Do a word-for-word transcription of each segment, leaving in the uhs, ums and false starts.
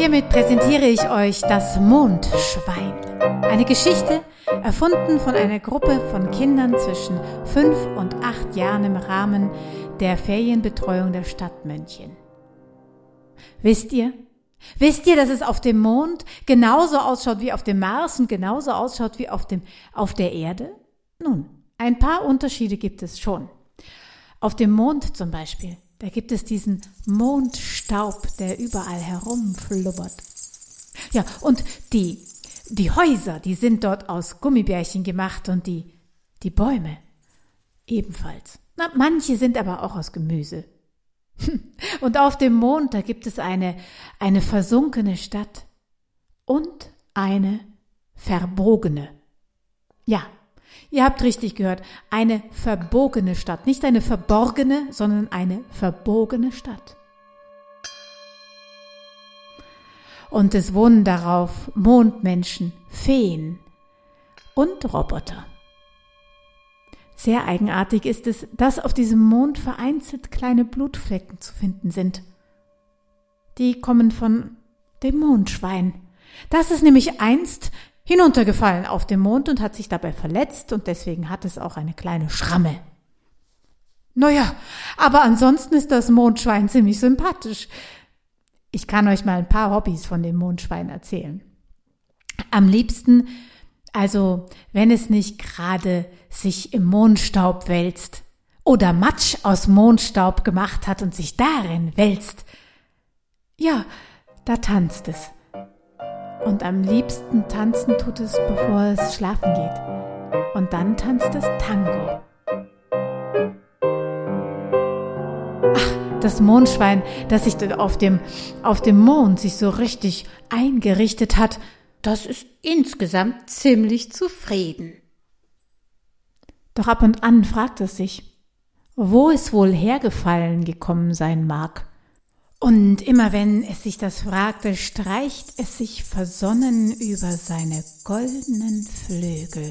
hiermit präsentiere ich euch das Mondschwein. Eine Geschichte, erfunden von einer Gruppe von Kindern zwischen fünf und acht Jahren im Rahmen der Ferienbetreuung der Stadt München. Wisst ihr? Wisst ihr, dass es auf dem Mond genauso ausschaut wie auf dem Mars und genauso ausschaut wie auf dem, auf der Erde? Nun, ein paar Unterschiede gibt es schon. Auf dem Mond zum Beispiel, da gibt es diesen Mondstaub, der überall herumflubbert. Ja, und die, die Häuser, die sind dort aus Gummibärchen gemacht und die, die Bäume ebenfalls. Na, manche sind aber auch aus Gemüse. Und auf dem Mond, da gibt es eine, eine versunkene Stadt und eine verbogene. Ja, ihr habt richtig gehört, eine verbogene Stadt. Nicht eine verborgene, sondern eine verbogene Stadt. Und es wohnen darauf Mondmenschen, Feen und Roboter. Sehr eigenartig ist es, dass auf diesem Mond vereinzelt kleine Blutflecken zu finden sind. Die kommen von dem Mondschwein. Das ist nämlich einst hinuntergefallen auf dem Mond und hat sich dabei verletzt und deswegen hat es auch eine kleine Schramme. Naja, aber ansonsten ist das Mondschwein ziemlich sympathisch. Ich kann euch mal ein paar Hobbys von dem Mondschwein erzählen. Am liebsten, also wenn es nicht gerade sich im Mondstaub wälzt oder Matsch aus Mondstaub gemacht hat und sich darin wälzt, ja, da tanzt es. Und am liebsten tanzen tut es, bevor es schlafen geht. Und dann tanzt es Tango. Ach, das Mondschwein, das sich auf dem, auf dem Mond sich so richtig eingerichtet hat, das ist insgesamt ziemlich zufrieden. Doch ab und an fragt es sich, wo es wohl hergefallen gekommen sein mag. Und immer wenn es sich das fragte, streicht es sich versonnen über seine goldenen Flügel.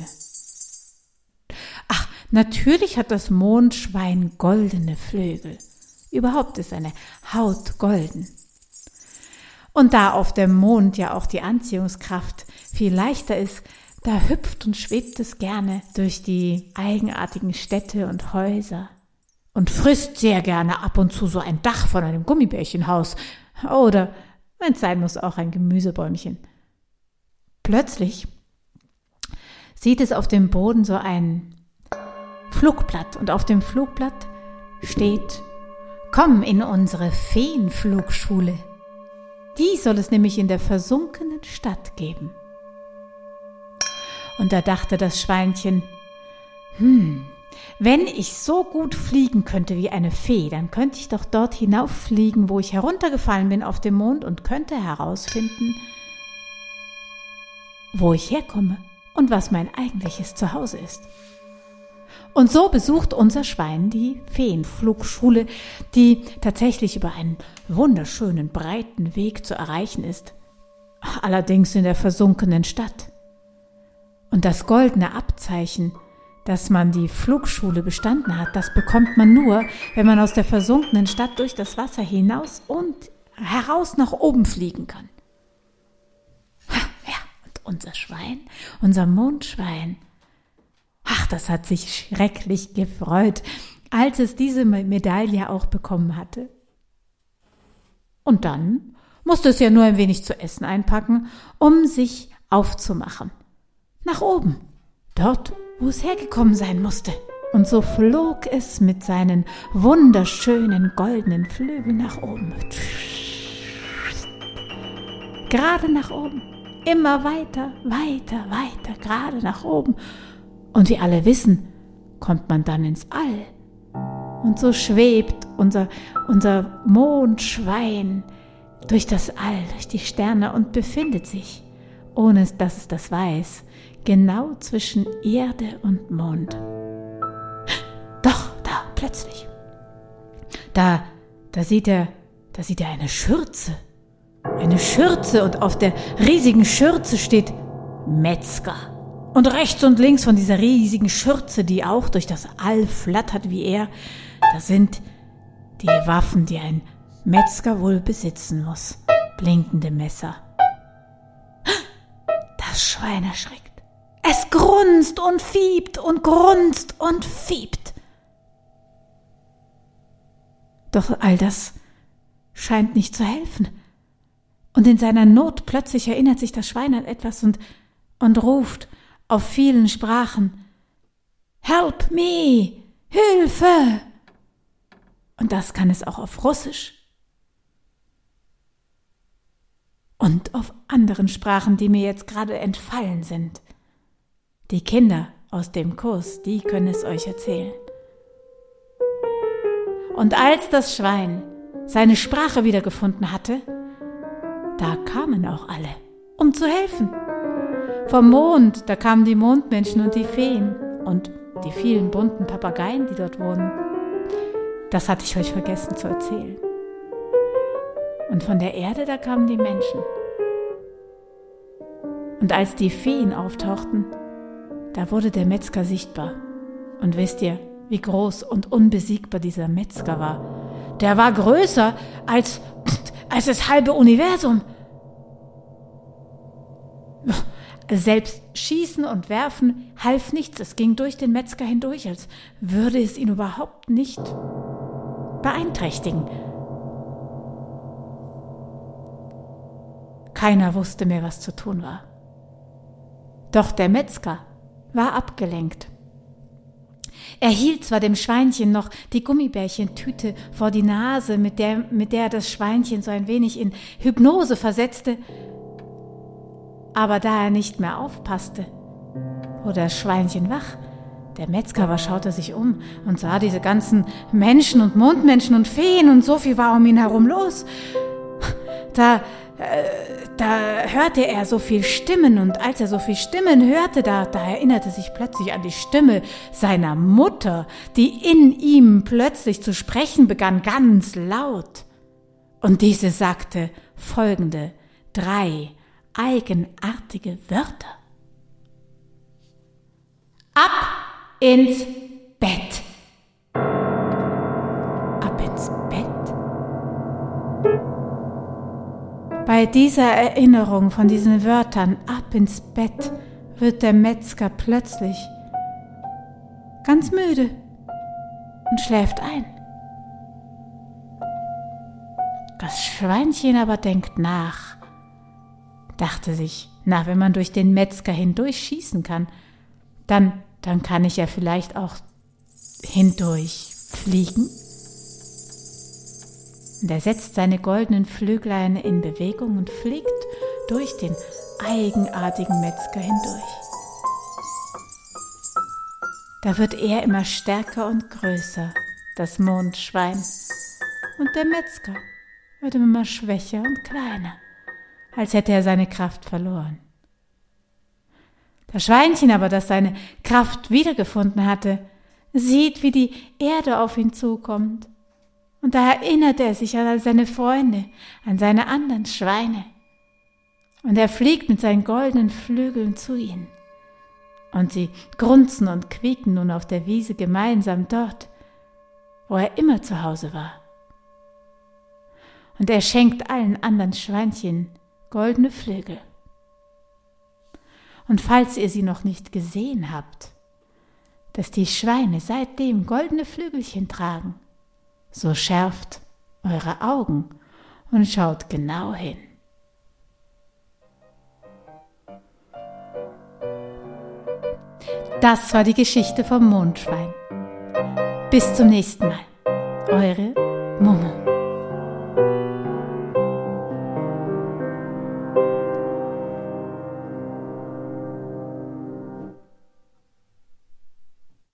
Ach, natürlich hat das Mondschwein goldene Flügel. Überhaupt ist seine Haut golden. Und da auf dem Mond ja auch die Anziehungskraft viel leichter ist, da hüpft und schwebt es gerne durch die eigenartigen Städte und Häuser und frisst sehr gerne ab und zu so ein Dach von einem Gummibärchenhaus oder, wenn es sein muss, auch ein Gemüsebäumchen. Plötzlich sieht es auf dem Boden so ein Flugblatt und auf dem Flugblatt steht: Komm in unsere Feenflugschule. Die soll es nämlich in der versunkenen Stadt geben. Und da dachte das Schweinchen, hm, wenn ich so gut fliegen könnte wie eine Fee, dann könnte ich doch dort hinauffliegen, wo ich heruntergefallen bin auf dem Mond und könnte herausfinden, wo ich herkomme und was mein eigentliches Zuhause ist. Und so besucht unser Schwein die Feenflugschule, die tatsächlich über einen wunderschönen, breiten Weg zu erreichen ist, allerdings in der versunkenen Stadt. Und das goldene Abzeichen, dass man die Flugschule bestanden hat, das bekommt man nur, wenn man aus der versunkenen Stadt durch das Wasser hinaus und heraus nach oben fliegen kann. Ja, und unser Schwein, unser Mondschwein, ach, das hat sich schrecklich gefreut, als es diese Medaille auch bekommen hatte. Und dann musste es ja nur ein wenig zu essen einpacken, um sich aufzumachen. Nach oben, dort, wo es hergekommen sein musste. Und so flog es mit seinen wunderschönen goldenen Flügeln nach oben. Gerade nach oben, immer weiter, weiter, weiter, gerade nach oben. Und wie alle wissen, kommt man dann ins All. Und so schwebt unser, unser Mondschwein durch das All, durch die Sterne und befindet sich, ohne dass es das weiß, genau zwischen Erde und Mond. Doch, da, plötzlich. Da, da sieht er, da sieht er eine Schürze. Eine Schürze und auf der riesigen Schürze steht Metzger. Und rechts und links von dieser riesigen Schürze, die auch durch das All flattert wie er, da sind die Waffen, die ein Metzger wohl besitzen muss. blinkende Messer. Das Schwein erschrickt. Es grunzt und fiebt und grunzt und fiebt. Doch all das scheint nicht zu helfen. Und in seiner Not plötzlich erinnert sich das Schwein an etwas und, und ruft auf vielen Sprachen: Help me! Hilfe! Und das kann es auch auf Russisch und auf anderen Sprachen, die mir jetzt gerade entfallen sind. Die Kinder aus dem Kurs, die können es euch erzählen. Und als das Schwein seine Sprache wiedergefunden hatte, da kamen auch alle, um zu helfen. Vom Mond, da kamen die Mondmenschen und die Feen und die vielen bunten Papageien, die dort wohnen. Das hatte ich euch vergessen zu erzählen. Und von der Erde, da kamen die Menschen. Und als die Feen auftauchten, da wurde der Metzger sichtbar. Und wisst ihr, wie groß und unbesiegbar dieser Metzger war? Der war größer als, als das halbe Universum. Selbst Schießen und Werfen half nichts. Es ging durch den Metzger hindurch, als würde es ihn überhaupt nicht beeinträchtigen. Keiner wusste mehr, was zu tun war. Doch der Metzger war abgelenkt. Er hielt zwar dem Schweinchen noch die Gummibärchentüte vor die Nase, mit der, mit der das Schweinchen so ein wenig in Hypnose versetzte, aber da er nicht mehr aufpasste, wurde das Schweinchen wach. Der Metzger aber schaute sich um und sah diese ganzen Menschen und Mondmenschen und Feen und so viel war um ihn herum los. Da, äh, da hörte er so viel Stimmen und als er so viel Stimmen hörte, da, da erinnerte sich plötzlich an die Stimme seiner Mutter, die in ihm plötzlich zu sprechen begann, ganz laut. Und diese sagte folgende drei eigenartige Wörter. Ab ins Bett. Ab ins Bett? Bei dieser Erinnerung von diesen Wörtern, ab ins Bett, wird der Metzger plötzlich ganz müde und schläft ein. Das Schweinchen aber denkt nach, dachte sich, na, wenn man durch den Metzger hindurch schießen kann, dann, dann kann ich ja vielleicht auch hindurch fliegen. Und er setzt seine goldenen Flüglein in Bewegung und fliegt durch den eigenartigen Metzger hindurch. Da wird er immer stärker und größer, das Mondschwein, und der Metzger wird immer schwächer und kleiner, als hätte er seine Kraft verloren. Das Schweinchen aber, das seine Kraft wiedergefunden hatte, sieht, wie die Erde auf ihn zukommt. Und da erinnert er sich an seine Freunde, an seine anderen Schweine. Und er fliegt mit seinen goldenen Flügeln zu ihnen. Und sie grunzen und quieken nun auf der Wiese gemeinsam dort, wo er immer zu Hause war. Und er schenkt allen anderen Schweinchen goldene Flügel. Und falls ihr sie noch nicht gesehen habt, dass die Schweine seitdem goldene Flügelchen tragen, so schärft eure Augen und schaut genau hin. Das war die Geschichte vom Mondschwein. Bis zum nächsten Mal. Eure Momo.